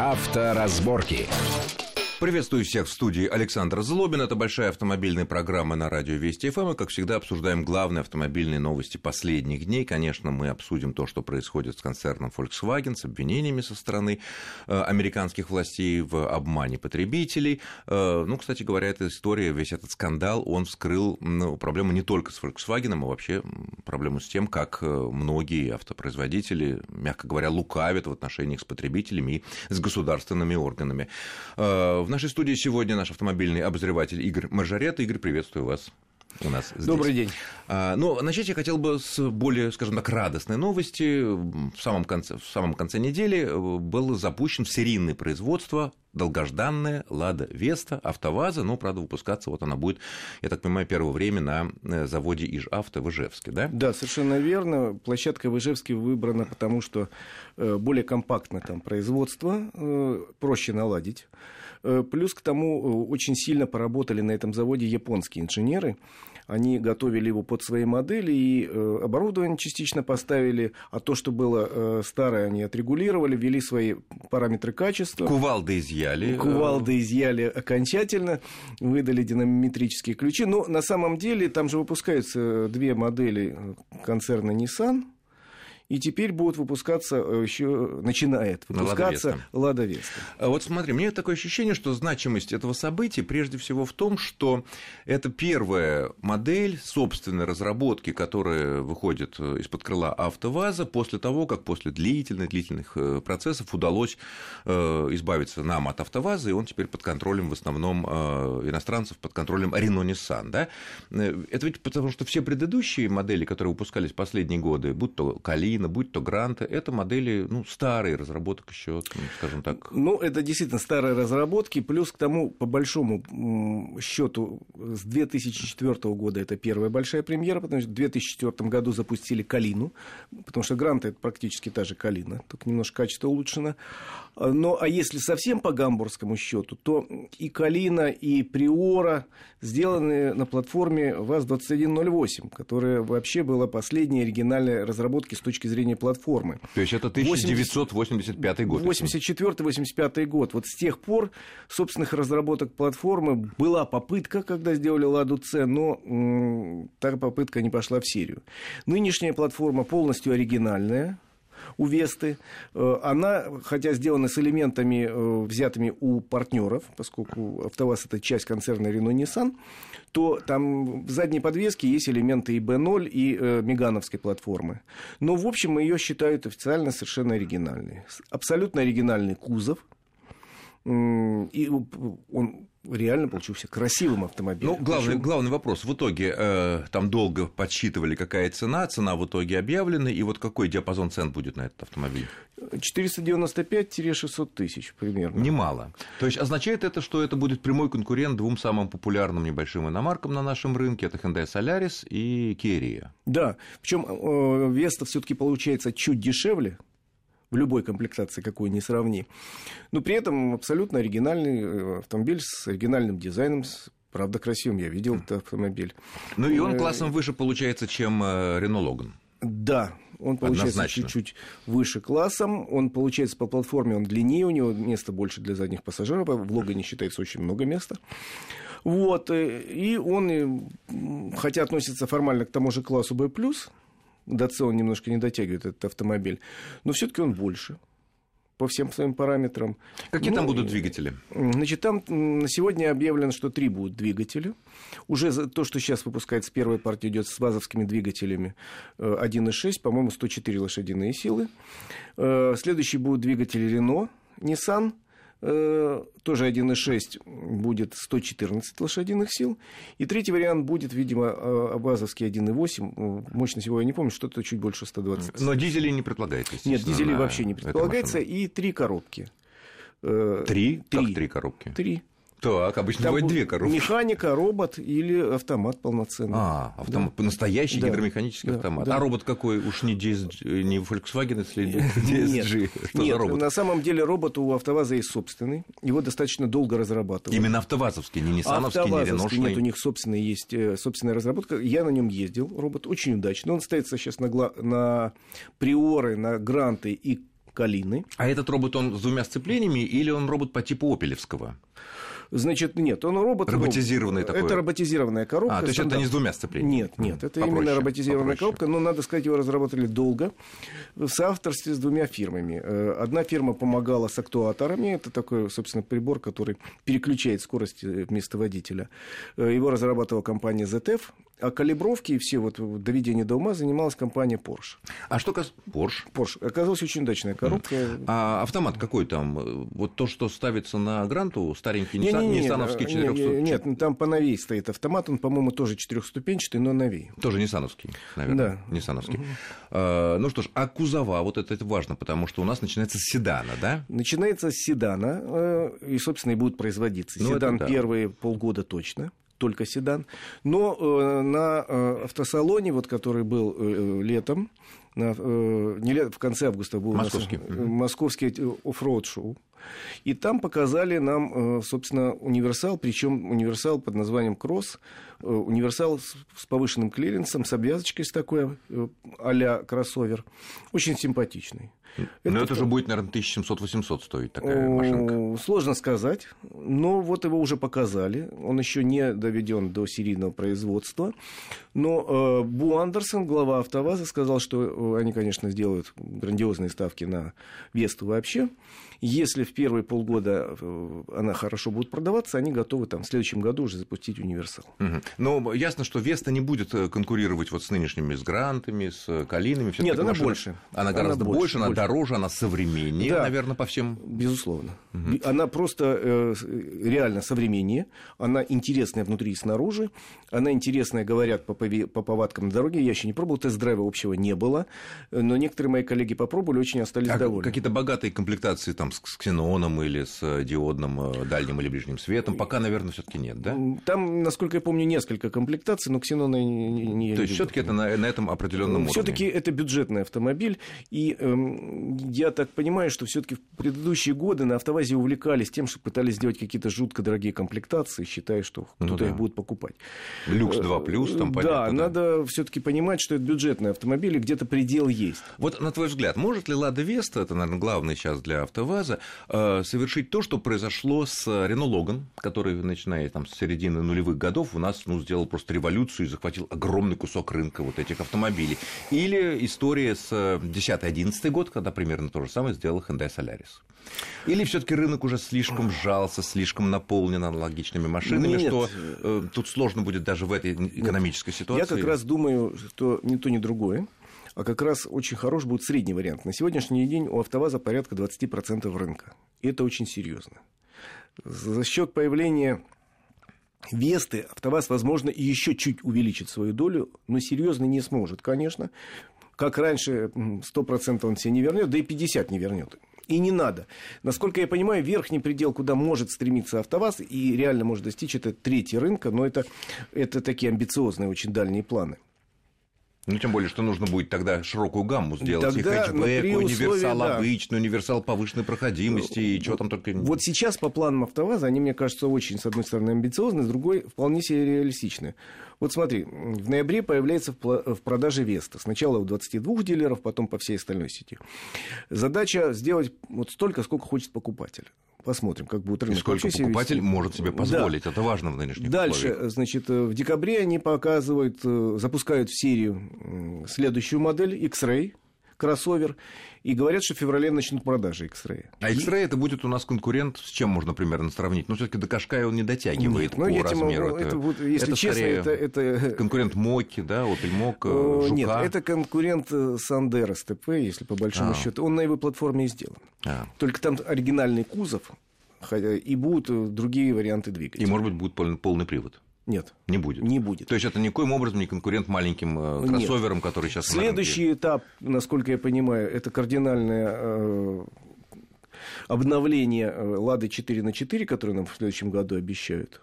Авторазборки. Приветствую всех в студии Александр Злобин. Это большая автомобильная программа на радио Вести ФМ. И, как всегда, обсуждаем главные автомобильные новости последних дней. Конечно, мы обсудим то, что происходит с концерном Volkswagen, с обвинениями со стороны американских властей в обмане потребителей. Кстати говоря, эта история, весь этот скандал, он вскрыл проблему не только с Volkswagen, а вообще проблему с тем, как многие автопроизводители, мягко говоря, лукавят в отношениях с потребителями и с государственными органами. В нашей студии сегодня наш автомобильный обозреватель Игорь Маржарет. Игорь, приветствую вас у нас здесь. Добрый день. Начать я хотел бы с более, скажем так, радостной новости. В самом конце недели было запущено серийное производство долгожданная «Лада Веста», АвтоВАЗа, но, правда, выпускаться вот она будет, я так понимаю, первое время на заводе «Ижавто» в Ижевске, да? Да, совершенно верно. Площадка в Ижевске выбрана, потому что более компактно там производство, проще наладить. Плюс к тому очень сильно поработали на этом заводе японские инженеры. Они готовили его под свои модели и оборудование частично поставили, а то, что было старое, они отрегулировали, ввели свои параметры качества. Кувалды изъяли. Кувалды изъяли окончательно, выдали динамометрические ключи. Но на самом деле там же выпускаются две модели концерна Nissan. И теперь будут выпускаться, начинает выпускаться «Лада Веста». Вот смотри, мне такое ощущение, что значимость этого события прежде всего в том, что это первая модель собственной разработки, которая выходит из-под крыла АвтоВАЗа после того, как после длительных процессов удалось избавиться нам от АвтоВАЗа, и он теперь под контролем в основном иностранцев, под контролем Renault-Nissan. Да? Это ведь потому, что все предыдущие модели, которые выпускались в последние годы, будь то Калина, будь то Гранта, это модели, старые разработок еще, скажем так. Это действительно старые разработки, плюс к тому, по большому счету, с 2004 года это первая большая премьера, потому что в 2004 году запустили Калину, потому что Гранта это практически та же Калина, только немножко качество улучшено. А если совсем по гамбургскому счету, то и Калина, и Приора сделаны на платформе ВАЗ-2108, которая вообще была последней оригинальной разработки с точки зрения платформы. То есть это 1985 год. 84-85 год. Вот с тех пор собственных разработок платформы была попытка, когда сделали «Ладу Ц», но та попытка не пошла в серию. Нынешняя платформа полностью оригинальная. У Весты. Она, хотя сделана с элементами, взятыми у партнеров, поскольку АвтоВАЗ – это часть концерна Renault-Nissan, то там в задней подвеске есть элементы и B0, и мегановской платформы. Но, в общем, ее считают официально совершенно оригинальной. Абсолютно оригинальный кузов. И он реально получился красивым автомобилем. Главный вопрос. В итоге там долго подсчитывали, какая цена в итоге объявлена, и вот какой диапазон цен будет на этот автомобиль? 495-600 тысяч примерно. Немало. То есть означает это, что это будет прямой конкурент двум самым популярным небольшим иномаркам на нашем рынке, это Hyundai Solaris и Kia Rio. Да, причем Веста все-таки получается чуть дешевле, в любой комплектации, какой ни сравни. Но при этом абсолютно оригинальный автомобиль с оригинальным дизайном, правда, красивым. Я видел этот автомобиль. И он классом выше получается, чем Renault Logan. Да, он получается однозначно чуть-чуть выше классом. Он получается по платформе, он длиннее, у него места больше для задних пассажиров. В Логане считается очень много места. И он, хотя относится формально к тому же классу B+, до C он немножко не дотягивает, этот автомобиль, но все-таки он больше по всем своим параметрам. Какие там будут двигатели? Значит, там на сегодня объявлено, что 3 будут двигателя. Уже то, что сейчас выпускается, первая партия идет с вазовскими двигателями 1.6, по-моему, 104 лошадиные силы. Следующий будут двигатели Renault, Nissan. Тоже 1.6 будет 114 лошадиных сил. И третий вариант будет, видимо, вазовский 1.8. Мощность его я не помню, что-то чуть больше 120. Но дизелей не предполагается, естественно. Нет, дизелей вообще не предполагается. И 3 коробки. 3? Как 3 коробки? 3. Так, обычно там бывает 2 коробки. Механика, робот или автомат полноценный. Автомат, да. Настоящий гидромеханический автомат. Да. А робот какой? Уж не Volkswagen, если DSG? Что за робот? На самом деле робот у АвтоВАЗа есть собственный. Его достаточно долго разрабатывали. Именно автовазовский, не ниссановский, не реношный? Нет, у них есть собственная разработка. Я на нем ездил, робот очень удачный. Он ставится сейчас на Приоры, на Гранты и «Калины». А этот робот, он с двумя сцеплениями или он робот по типу опелевского? Значит, нет, он робот. Роботизированный такой. Это роботизированная коробка. То есть это не с двумя сцеплениями? Нет, это попроще, именно роботизированная коробка, но, надо сказать, его разработали долго, в соавторстве с двумя фирмами. Одна фирма помогала с актуаторами, это такой, собственно, прибор, который переключает скорость вместо водителя. Его разрабатывала компания ZF, а калибровки и все вот доведение до ума занималась компания Porsche. А что касается... Porsche. Оказалась очень удачная коробка. А автомат какой там? Вот то, что ставится на Гранту, старенький ниссановский 400? Нет, там поновей стоит автомат, он, по-моему, тоже 4-ступенчатый, но новей. Тоже ниссановский, наверное. Да. Ниссановский. Ну что ж, а кузова, вот это важно, потому что у нас начинается с седана, да? Начинается с седана, и, собственно, и будет производиться. Седан первые полгода точно. Только седан. Но на автосалоне, вот, который был летом, в конце августа был московский оффроуд-шоу. И там показали нам, собственно, универсал, причем универсал под названием «Кросс», универсал с повышенным клиренсом, с обвязочкой с такой а-ля кроссовер. Очень симпатичный. Но это же будет, наверное, 1700-800 стоить такая машинка. Сложно сказать, но вот его уже показали. Он еще не доведен до серийного производства. Но Бу Андерсон, глава АвтоВАЗа, сказал, что они, конечно, сделают грандиозные ставки на Весту вообще. Если в первые полгода она хорошо будет продаваться, они готовы в следующем году уже запустить универсал. Но ясно, что Веста не будет конкурировать вот с нынешними, с Грантами, с Калинами. Нет, она больше. Она гораздо больше, она дороже, она современнее, да, наверное, по всем... Безусловно. Она просто реально современнее, она интересная внутри и снаружи, она интересная, говорят, по повадкам на дороге. Я еще не пробовал, тест-драйва общего не было, но некоторые мои коллеги попробовали, очень остались довольны. Какие-то богатые комплектации там с ксеноном или с диодным дальним или ближним светом пока, наверное, все-таки нет, да? Там, насколько я помню, несколько комплектаций, но ксенона не. То есть все-таки это на этом определенном уровне. Все-таки это бюджетный автомобиль, и я так понимаю, что все-таки в предыдущие годы на АвтоВАЗе увлекались тем, что пытались сделать какие-то жутко дорогие комплектации, считая, что кто-то их будет покупать. Люкс 2+, там понятно. Да, надо все-таки понимать, что это бюджетный автомобиль, и где-то предел есть. Вот, на твой взгляд, может ли Лада Веста, это, наверное, главное сейчас для АвтоВАЗа, совершить то, что произошло с Рено Логан, который, начиная с середины нулевых годов, у нас сделал просто революцию и захватил огромный кусок рынка вот этих автомобилей. Или история с 10-11 год, когда примерно то же самое сделал Hyundai Solaris. Или все-таки рынок уже слишком сжался, слишком наполнен аналогичными машинами, что тут сложно будет даже в этой экономической ситуации? Я как раз думаю, что ни то, ни другое. А как раз очень хорош будет средний вариант. На сегодняшний день у АвтоВАЗа порядка 20% рынка. И это очень серьезно. За счет появления Весты АвтоВАЗ, возможно, еще чуть увеличит свою долю, но серьезно не сможет, конечно. Как раньше, 100% он себе не вернет, да и 50% не вернет. И не надо. Насколько я понимаю, верхний предел, куда может стремиться АвтоВАЗ и реально может достичь, это третий рынка, но это такие амбициозные, очень дальние планы. Ну, тем более, что нужно будет тогда широкую гамму сделать. Тогда, и хэтчбэк, универсал обычный, универсал повышенной проходимости, и что там только... Вот сейчас по планам АвтоВАЗа, они, мне кажется, очень, с одной стороны, амбициозны, с другой, вполне себе реалистичны. Вот смотри, в ноябре появляется в продаже Веста. Сначала у 22 дилеров, потом по всей остальной сети. Задача сделать вот столько, сколько хочет покупатель. Посмотрим, как будет рынок. И сколько покупатель может себе позволить. Да. Это важно в нынешних Дальше, условиях. Значит, в декабре они показывают, запускают в серию следующую модель X-Ray, кроссовер, и говорят, что в феврале начнут продажи X-Ray. А X-Ray это будет у нас конкурент, с чем можно примерно сравнить? Ну, все-таки до Qashqai он не дотягивает по размеру. Если честно, это... Конкурент Моки, да, Opel Mok, Жука. Нет, это конкурент Sandero СТП, если по большому счету. Он на его платформе и сделан. Только там оригинальный кузов, и будут другие варианты двигателя. И, может быть, будет полный привод. Нет. Не будет? Не будет. То есть это никоим образом не конкурент маленьким кроссоверам, которые сейчас... Следующий этап, насколько я понимаю, это кардинальное обновление Лады 4х4, которое нам в следующем году обещают.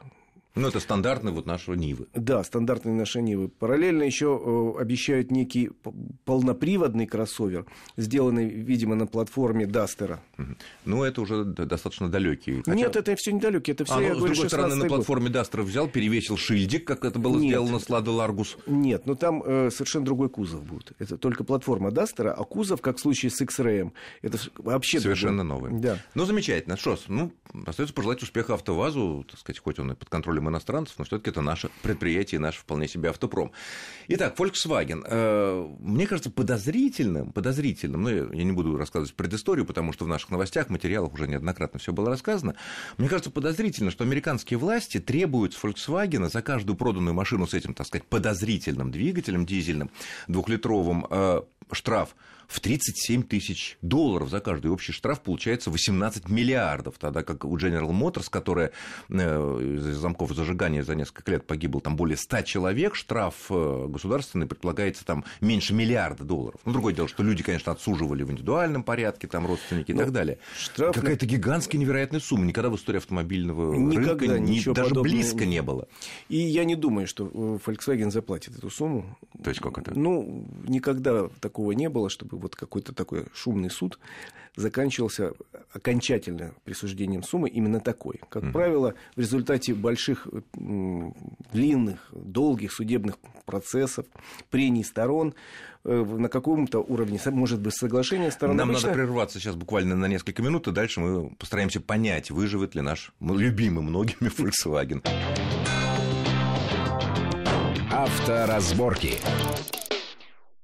Ну, это стандартный вот нашего Нивы. Да, стандартные наши Нивы. Параллельно еще обещают некий полноприводный кроссовер, сделанный, видимо, на платформе Дастера. Ну, это уже достаточно далекий. Нет, это все недалекие, это все, я говорю, с другой стороны, на год. платформе Дастера взял, перевесил шильдик, как это было сделано с Ладой Ларгус. Нет, но там совершенно другой кузов будет. Это только платформа Дастера, а кузов, как в случае с X-Ray, это вообще совершенно новый. Да. Ну, замечательно. Что ж, остается пожелать успеха АвтоВАЗу, так сказать, хоть он и под контролем иностранцев, но все-таки это наше предприятие, наш вполне себе автопром. Итак, Volkswagen. Мне кажется, подозрительным, но я не буду рассказывать предысторию, потому что в наших новостях, материалах уже неоднократно все было рассказано. Мне кажется, подозрительно, что американские власти требуют с Volkswagen за каждую проданную машину с этим, так сказать, подозрительным двигателем дизельным, 2-литровым, штраф в $37 тысяч за каждый. Общий штраф получается 18 миллиардов, тогда как у General Motors, которая из-за замков зажигания за несколько лет погибло там более 100 человек, штраф государственный предполагается там меньше $1 миллиарда. Ну, другое дело, что люди, конечно, отсуживали в индивидуальном порядке, там родственники и так далее. Какая-то гигантская невероятная сумма. Никогда в истории автомобильного рынка даже близко не было. И я не думаю, что Volkswagen заплатит эту сумму. То есть как это? Ну, никогда такого не было, чтобы вот какой-то такой шумный суд заканчивался окончательно присуждением суммы именно такой. Как правило, в результате больших, длинных, долгих судебных процессов, прений сторон, на каком-то уровне, может быть, соглашение сторон. Нам надо прерваться сейчас буквально на несколько минут, и дальше мы постараемся понять, выживет ли наш любимый многими Volkswagen. Авторазборки.